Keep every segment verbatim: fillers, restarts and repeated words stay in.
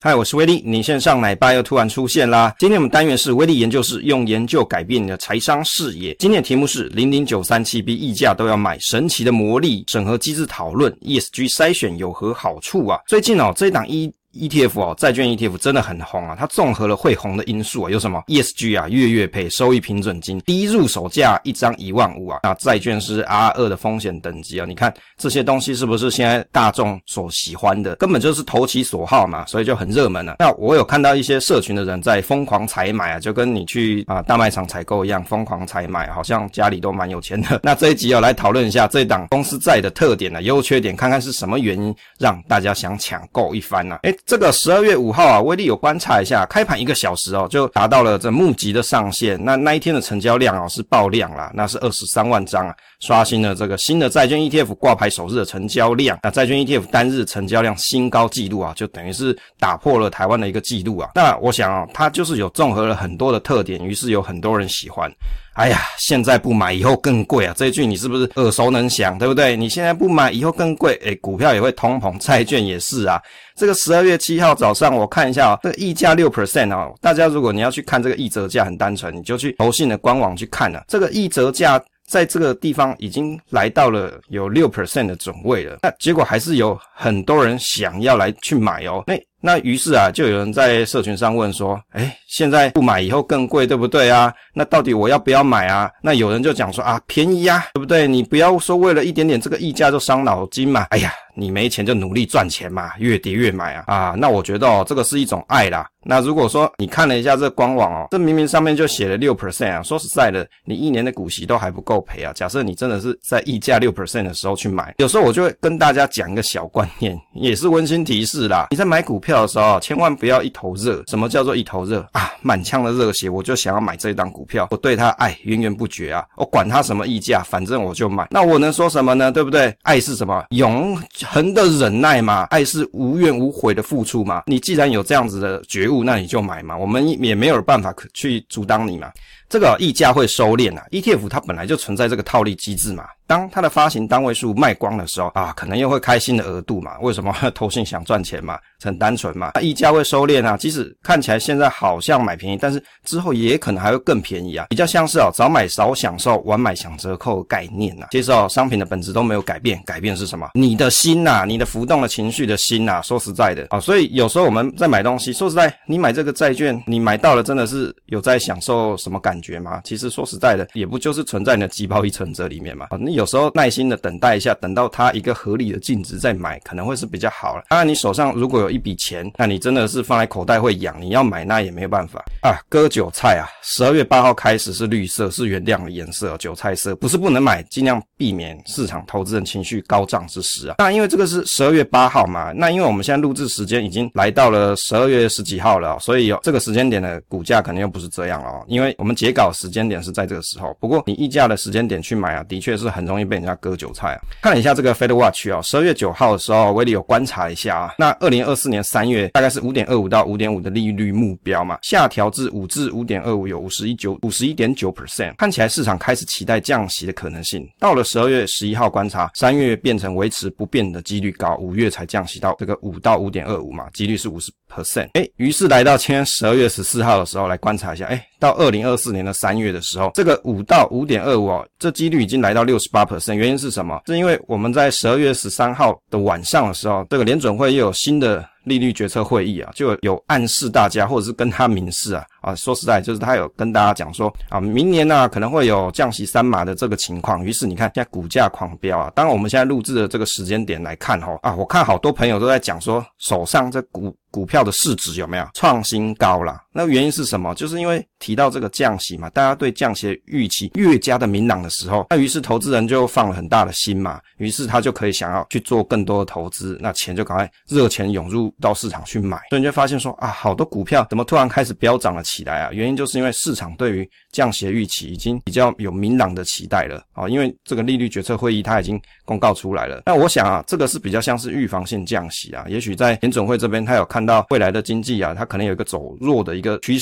嗨，我是威力，你线上奶爸又突然出现啦。今天我们单元是威力研究室，用研究改变你的财商视野。今天的题目是零零九三七 B 溢价都要买，神奇的魔力，审核机制讨论 E S G 筛选有何好处啊？最近哦，这一档 E E T F 哦，债券 E T F 真的很红啊，它综合了会红的因素啊，有什么 E S G 啊，月月配，收益平准金，低入手价一张一万五啊，那债券是 R 二 的风险等级啊，你看这些东西是不是现在大众所喜欢的，根本就是投其所好嘛，所以就很热门啊。那我有看到一些社群的人在疯狂采买啊，就跟你去啊大卖场采购一样，疯狂采买，好像家里都蛮有钱的。那这一集要来讨论一下这档公司债的特点啊，优缺点，看看是什么原因让大家想抢购一番啊。诶这个十二月五号啊，威力有观察一下，开盘一个小时哦，就达到了这募集的上限。那那一天的成交量哦是爆量啦，那是二十三万张啊，刷新了这个新的债券 E T F 挂牌首日的成交量。那债券 E T F 单日成交量新高纪录啊，就等于是打破了台湾的一个纪录啊。那我想啊，它就是有综合了很多的特点，于是有很多人喜欢。哎呀，现在不买以后更贵啊，这一句你是不是耳熟能详，对不对？你现在不买以后更贵，诶股票也会通膨，债券也是啊。这个十二月七号早上我看一下哦，这个溢价 百分之六 哦，大家如果你要去看这个溢折价，很单纯，你就去投信的官网去看啊，这个溢折价在这个地方已经来到了有 百分之六 的准位了，那结果还是有很多人想要来去买哦。那那于是啊，就有人在社群上问说，诶现在不买以后更贵，对不对啊？那到底我要不要买啊？那有人就讲说啊，便宜啊，对不对？你不要说为了一点点这个溢价就伤脑筋嘛。哎呀，你没钱就努力赚钱嘛，越跌越买啊。啊，那我觉得哦，这个是一种爱啦。那如果说你看了一下这个官网哦，这明明上面就写了 百分之六 啊，说实在的，你一年的股息都还不够赔啊。假设你真的是在溢价 百分之六 的时候去买，有时候我就会跟大家讲一个小观念，也是温馨提示啦。你在买股票的时候，千万不要一头热。什么叫做一头热啊？满腔的热血，我就想要买这一档股票，我对它爱源源不绝啊，我管它什么溢价，反正我就买。那我能说什么呢？对不对？爱是什么？永恒的忍耐嘛，爱是无怨无悔的付出嘛。你既然有这样子的觉悟，那你就买嘛，我们也没有办法去阻挡你嘛。这个溢价会收敛啊 ，E T F 它本来就存在这个套利机制嘛。当它的发行单位数卖光的时候啊，可能又会开新的额度嘛。为什么？投信想赚钱嘛，很单纯嘛。溢价会收敛啊，即使看起来现在好像买便宜，但是之后也可能还会更便宜啊。比较像是哦，早买少享受，晚买享折扣的概念啊。其实哦，商品的本质都没有改变，改变是什么？你的心呐、啊，你的浮动的情绪的心呐、啊。说实在的啊，所以有时候我们在买东西，说实在，你买这个债券，你买到了真的是有在享受什么感觉吗？其实说实在的，也不就是存在你的集保一存折里面嘛。啊，你有时候耐心的等待一下，等到它一个合理的净值再买，可能会是比较好了。当然，你手上如果有一笔钱，那你真的是放在口袋会痒，你要买那也没有办法啊。割韭菜啊，十二月八号开始是绿色，是原谅的颜色，韭菜色，不是不能买，尽量避免市场投资人情绪高涨之时啊。那因为这个是十二月八号嘛，那因为我们现在录制时间已经来到了十二月十几号了、哦，所以、哦、这个时间点的股价可能又不是这样了哦，因为我们截稿时间点是在这个时候。不过你溢价的时间点去买啊，的确是很容易被人家割韭菜啊。看了一下这个 Fed Watch 啊、哦，十二月九号的时候，威力有观察一下啊。那二零二四年三月大概是 五点二五 到 五点五 的利率目标嘛，下调至五至 五点二五 有 五十一点九 百分点， 看起来市场开始期待降息的可能性。到了十二月十一号观察，三月变成维持不变的几率高，五月才降息到这个五到 五点二五 嘛，几率是 百分之五十。诶，于是来到今天十二月十四号的时候来观察一下，诶，到二零二四年的三月的时候，这个五到 五点二五 哦，这几率已经来到 百分之六十八， 原因是什么？是因为我们在十二月十三号的晚上的时候，这个联准会又有新的利率决策会议啊，就有暗示大家，或者是跟他明示啊，啊，说实在就是他有跟大家讲说啊，明年呢、啊、可能会有降息三码的这个情况。于是你看现在股价狂飙啊，当然我们现在录制的这个时间点来看齁啊，我看好多朋友都在讲说手上这股股票的市值有没有创新高啦？那原因是什么？就是因为提到这个降息嘛，大家对降息的预期越加的明朗的时候，那于是投资人就放了很大的心嘛，于是他就可以想要去做更多的投资，那钱就赶快热钱涌入到市场去买，所以你就发现说啊，好多股票怎么突然开始飙涨了起来啊？原因就是因为市场对于降息的预期已经比较有明朗的期待了啊，因为这个利率决策会议它已经公告出来了。那我想啊，这个是比较像是预防性降息啊，也许在联准会这边他有看到未来的经济啊，它可能有一个走弱的一个趋势。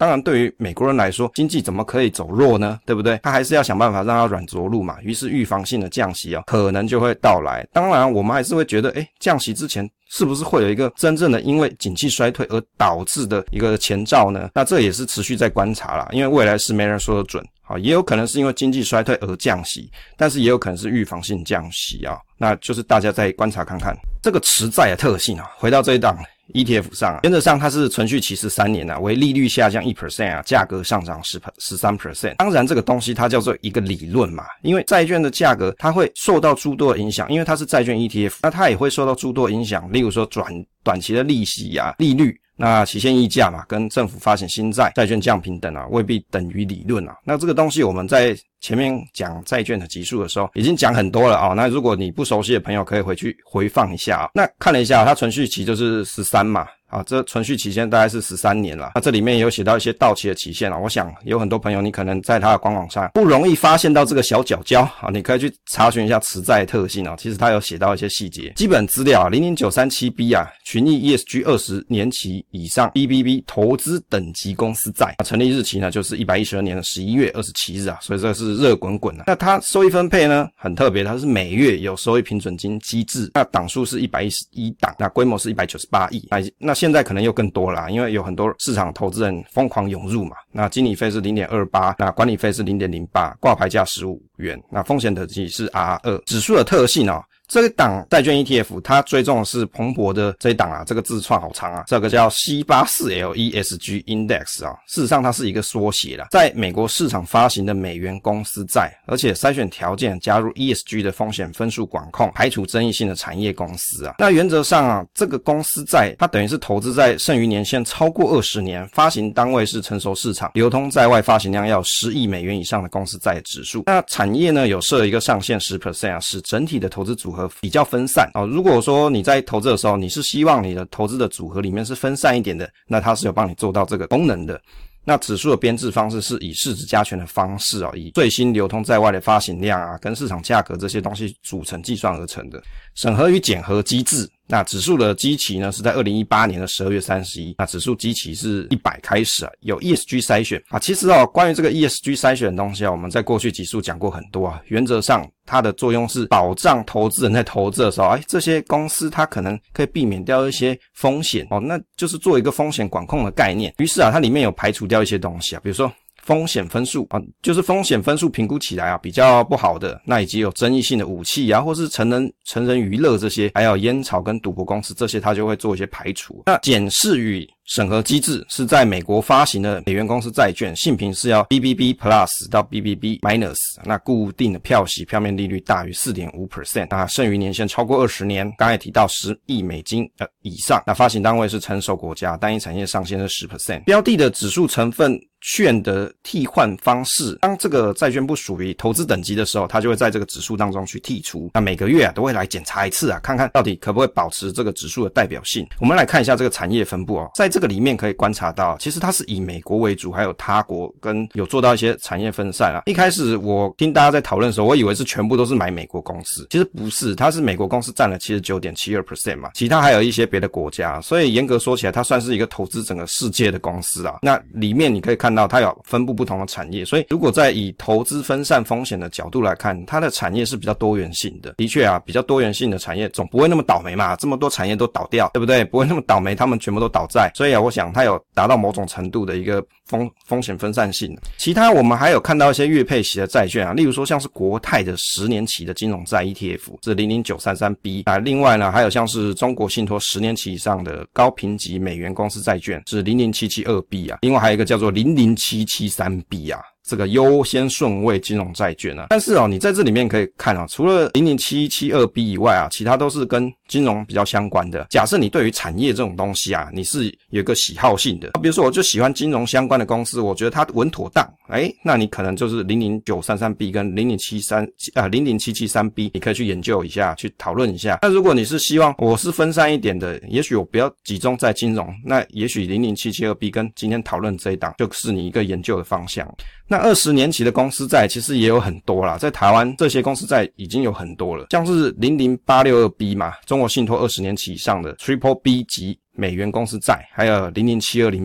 当然对于美国人来说，经济怎么可以走弱呢？对不对？他还是要想办法让它软着陆嘛，于是预防性的降息啊，可能就会到来。当然我们还是会觉得诶降息之前是不是会有一个真正的因为景气衰退而导致的一个前兆呢？那这也是持续在观察啦，因为未来是没人说得准。好，也有可能是因为经济衰退而降息，但是也有可能是预防性降息啊，那就是大家再观察看看这个持债的特性啊。回到这一档 E T F 上啊，原则上它是存续期十三年啊，为利率下降 百分之一 啊，价格上涨 百分之十三。当然这个东西它叫做一个理论嘛，因为债券的价格它会受到诸多的影响，因为它是债券 E T F， 那它也会受到诸多影响，例如说短短期的利息啊、利率。那期限溢价嘛，跟政府发行新债、债券降频等啊，未必等于理论啊。那这个东西我们在前面讲债券的集数的时候已经讲很多了啊。那如果你不熟悉的朋友可以回去回放一下啊。那看了一下，它存续期就是十三嘛。啊，这存续期限大概是十三年了。那这里面也有写到一些到期的期限啊，我想有很多朋友你可能在他的官网上不容易发现到这个小角角啊，你可以去查询一下持债的特性啊，其实它有写到一些细节。基本资料啊 零零九三七 B 啊，群益 E S G 二十年期以上 B B B 投资等级公司债，成立日期呢就是一百一十二年的十一月二十七日啊，所以这个是热滚滚啊。那它收益分配呢很特别，它是每月有收益平准金机制，那档数是一百一十一档，那规模是一百九十八亿。那现在可能又更多啦，因为有很多市场投资人疯狂涌入嘛。那经理费是 零点二八， 那管理费是 零点零八， 挂牌价十五元，那风险等级是 R 二。 指数的特性哦，这一档债券 E T F 它追踪的是彭博的这一档啊，这个字串好长啊，这个叫 C 八十四 L E S G Index 啊，事实上它是一个缩写啦，在美国市场发行的美元公司债，而且筛选条件加入 E S G 的风险分数管控，排除争议性的产业公司啊。那原则上啊，这个公司债它等于是投资在剩余年限超过二十年，发行单位是成熟市场，流通在外发行量要十亿美元以上的公司债指数。那产业呢有设一个上限 百分之十 啊，使整体的投资组合比较分散哦。如果说你在投资的时候，你是希望你的投资的组合里面是分散一点的，那它是有帮你做到这个功能的。那指数的编制方式是以市值加权的方式啊，以最新流通在外的发行量啊，跟市场价格这些东西组成计算而成的。审核与检核机制，那指数的基期呢是在二零一八年的十二月三十一，那指数基期是一百开始啊，有 E S G 筛选啊。其实哦，关于这个 E S G 筛选的东西啊，我们在过去集数讲过很多啊。原则上它的作用是保障投资人在投资的时候，哎，这些公司它可能可以避免掉一些风险哦，那就是做一个风险管控的概念。于是啊，它里面有排除掉一些东西啊，比如说风险分数啊，就是风险分数评估起来啊比较不好的，那以及有争议性的武器啊，或是成人成人娱乐这些，还有烟草跟赌博公司这些，它就会做一些排除。那检视与审核机制是在美国发行的美元公司债券，信评是要 B B B Plus 到 B B B Minus， 那固定的票息票面利率大于 百分之四点五， 那剩余年限超过二十年，刚才提到十亿美金呃以上，那发行单位是成熟国家，单一产业上限是 百分之十， 标的的指数成分券的替换方式，当这个债券不属于投资等级的时候，它就会在这个指数当中去剔除，那每个月啊都会来检查一次啊，看看到底可不可以保持这个指数的代表性。我们来看一下这个产业分布哦，在这个里面可以观察到，其实它是以美国为主，还有他国跟有做到一些产业分散啊。一开始我听大家在讨论的时候，我以为是全部都是买美国公司，其实不是，它是美国公司占了 百分之七十九点七二 嘛，其他还有一些别的国家，所以严格说起来它算是一个投资整个世界的公司啊。那里面你可以看到它有分布不同的产业，所以如果在以投资分散风险的角度来看，它的产业是比较多元性的。的确啊，比较多元性的产业总不会那么倒霉嘛，这么多产业都倒掉，对不对？不会那么倒霉，他们全部都倒债，所以啊，我想它有达到某种程度的一个风风险分散性。其他我们还有看到一些月配息的债券啊，例如说像是国泰的十年期的金融债 E T F 是 零零九三三 B 啊，另外呢还有像是中国信托十年期以上的高评级美元公司债券是 零零七七二 B 啊，另外还有一个叫做 零零七七三 B 啊，这个优先顺位金融债券啊。但是哦，你在这里面可以看啊，除了 零零七七二 B 以外啊，其他都是跟金融比较相关的。假设你对于产业这种东西啊，你是有一个喜好性的，比如说我就喜欢金融相关的公司，我觉得它稳妥当，诶，那你可能就是 零零九三三 B 跟 零零七三 啊 零零七七三 B 你可以去研究一下，去讨论一下。那如果你是希望我是分散一点的，也许我不要集中在金融，那也许 零零七七二 B 跟今天讨论这一档就是你一个研究的方向。那二十年期的公司债其实也有很多啦，在台湾这些公司债已经有很多了，像是 零零八六二 B 嘛，中国信托二十年期以上的 Triple B 级美元公司债，还有 零零七二零 B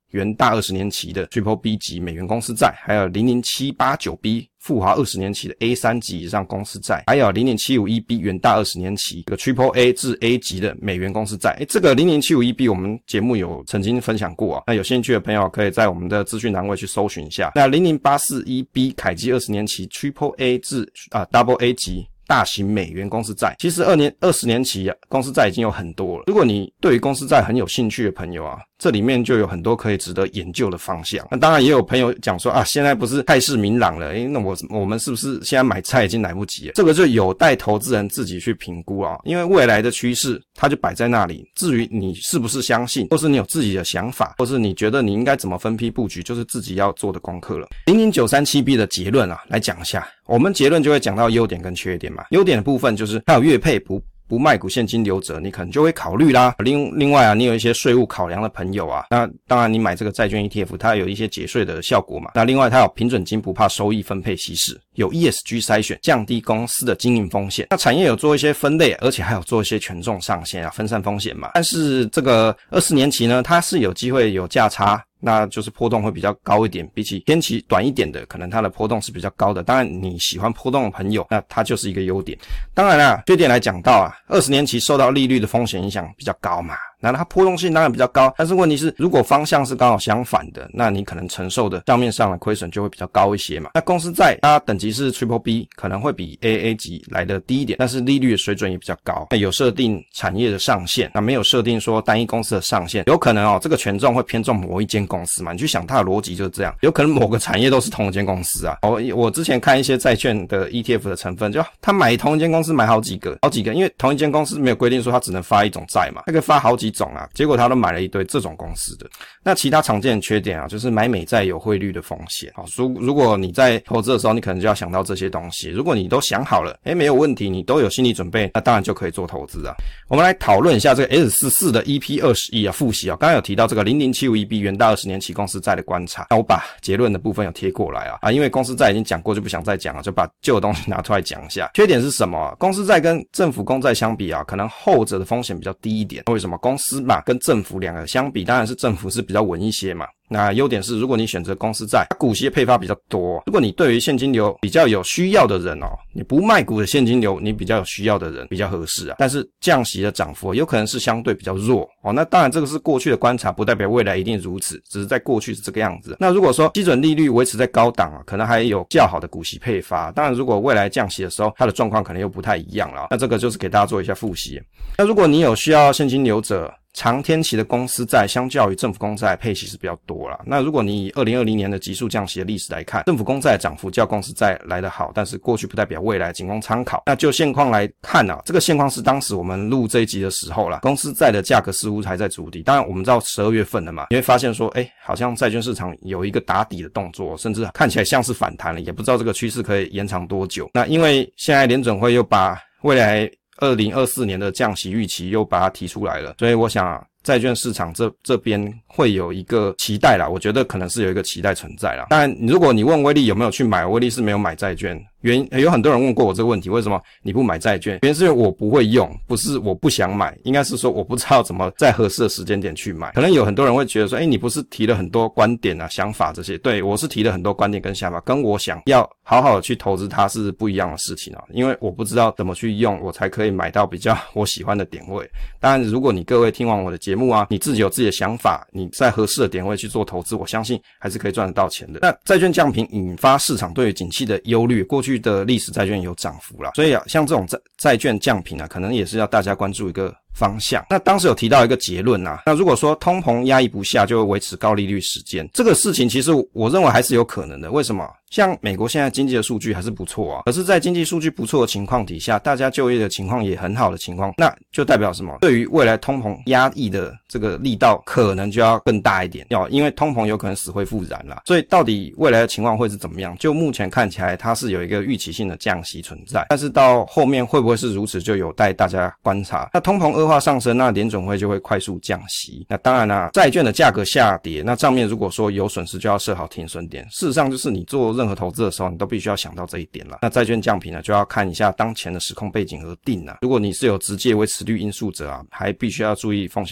元大二十年期的 Triple B 级美元公司债，还有 零零七八九 B 富华二十年期的 A 三 级以上公司债，还有 零零七五一 B 元大二十年期这个 Triple A 至 A 级的美元公司债。诶，这个 零零七五一 B 我们节目有曾经分享过啊，那有兴趣的朋友可以在我们的资讯栏位去搜寻一下。那 零零八四一 B 凯基二十年期 Triple A 至啊 Double A 级大型美元公司债，其实二年二十年期啊公司债已经有很多了。如果你对于公司债很有兴趣的朋友啊，这里面就有很多可以值得研究的方向。那当然也有朋友讲说啊，现在不是态势明朗了，诶，那我我们是不是现在买债已经来不及了？这个就有待投资人自己去评估啊，因为未来的趋势它就摆在那里。至于你是不是相信，或是你有自己的想法，或是你觉得你应该怎么分批布局，就是自己要做的功课了。零零九三七 B 的结论啊，来讲一下。我们结论就会讲到优点跟缺点嘛。优点的部分就是它有月配不不卖股现金流者，你可能就会考虑啦。另另外啊，你有一些税务考量的朋友啊，那当然你买这个债券 E T F 它有一些节税的效果嘛。那另外它有平准金不怕收益分配稀释，有 E S G 筛选，降低公司的经营风险。那产业有做一些分类，而且还有做一些权重上限啊，分散风险嘛。但是这个二十年期呢，它是有机会有价差，那就是波动会比较高一点，比起天期短一点的，可能它的波动是比较高的。当然你喜欢波动的朋友，那它就是一个优点。当然啦，缺点来讲到啊，二十年期受到利率的风险影响比较高嘛，那它波动性当然比较高，但是问题是如果方向是刚好相反的，那你可能承受的账面上的亏损就会比较高一些嘛。那公司债它等级是 Triple B， 可能会比 A A 级来的低一点，但是利率的水准也比较高。那有设定产业的上限，那没有设定说单一公司的上限，有可能哦这个权重会偏重某一间公司嘛，你去想它的逻辑就是这样，有可能某个产业都是同一间公司啊。哦，我之前看一些债券的 E T F 的成分，就他买同一间公司买好几个好几个，因为同一间公司没有规定说他只能发一种债嘛，他可以发好几种啊，结果他都买了一堆这种公司的。那其他常见的缺点啊，就是买美债有汇率的风险。好，如如果你在投资的时候，你可能就要想到这些东西。如果你都想好了，诶，没有问题，你都有心理准备，那当然就可以做投资啊。我们来讨论一下这个 S 四十四 的 E P 二十一 啊，复习啊，刚刚有提到这个 零零七五一 B 元大二十年期公司债的观察。那我把结论的部分有贴过来啊，啊，因为公司债已经讲过，就不想再讲了，就把旧的东西拿出来讲一下。缺点是什么啊？公司债跟政府公债相比啊，可能后者的风险比较低一点。为什么？公司嘛跟政府两个相比，当然是政府是比较稳一些嘛。那优点是，如果你选择公司债，它股息的配发比较多。如果你对于现金流比较有需要的人哦，你不卖股的现金流，你比较有需要的人比较合适啊。但是降息的涨幅有可能是相对比较弱哦。那当然这个是过去的观察，不代表未来一定如此，只是在过去是这个样子。那如果说基准利率维持在高档啊，可能还有较好的股息配发。当然如果未来降息的时候，它的状况可能又不太一样了。那这个就是给大家做一下复习。那如果你有需要现金流者，长天期的公司债相较于政府公债配息是比较多啦。那如果你以二零二零年的急速降息的历史来看，政府公债的涨幅较公司债来得好，但是过去不代表未来，仅供参考。那就现况来看啊，这个现况是当时我们录这一集的时候啦，公司债的价格似乎还在筑底。当然我们知道十二月份了嘛，你会发现说诶好像债券市场有一个打底的动作，甚至看起来像是反弹了，也不知道这个趋势可以延长多久。那因为现在联准会又把未来二零二四年的降息预期又把它提出来了，所以我想啊债券市场这这边会有一个期待啦，我觉得可能是有一个期待存在啦。当然如果你问威力有没有去买，威力是没有买债券。原因有很多人问过我这个问题，为什么你不买债券？原因是因为我不会用，不是我不想买，应该是说我不知道怎么在合适的时间点去买。可能有很多人会觉得说，诶，你不是提了很多观点啊、想法这些？对，我是提了很多观点跟想法，跟我想要好好的去投资它是不一样的事情啊。因为我不知道怎么去用，我才可以买到比较我喜欢的点位。当然，如果你各位听完我的节目啊，你自己有自己的想法，你在合适的点位去做投资，我相信还是可以赚得到钱的。那债券降频引发市场对于景气的忧虑，过去的历史债券有涨幅啦，所以啊，像这种债债券降频啊，可能也是要大家关注一个方向。那当时有提到一个结论啊，那如果说通膨压抑不下，就会维持高利率时间，这个事情其实我认为还是有可能的。为什么？像美国现在经济的数据还是不错啊，可是在经济数据不错的情况底下，大家就业的情况也很好的情况，那就代表什么？对于未来通膨压抑的这个力道可能就要更大一点，要因为通膨有可能死灰复燃啦。所以到底未来的情况会是怎么样？就目前看起来它是有一个预期性的降息存在，但是到后面会不会是如此，就有待大家观察。那通膨恶化上升，那联准会就会快速降息。那当然啦，债券的价格下跌，那账面如果说有损失，就要设好停损点。事实上就是你做任何投资的时候，你都必须要想到这一点啦。那债券降频呢，就要看一下当前的时空背景而定啦。如果你是有直接维持率因素者啊，还必须要注意风险管控。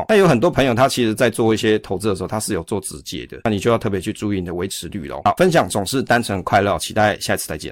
那有很多朋友他其实在做一些投资的时候，他是有做直接的，那你就要特别去注意你的维持率咯。好，分享总是单纯快乐，期待下一次再见。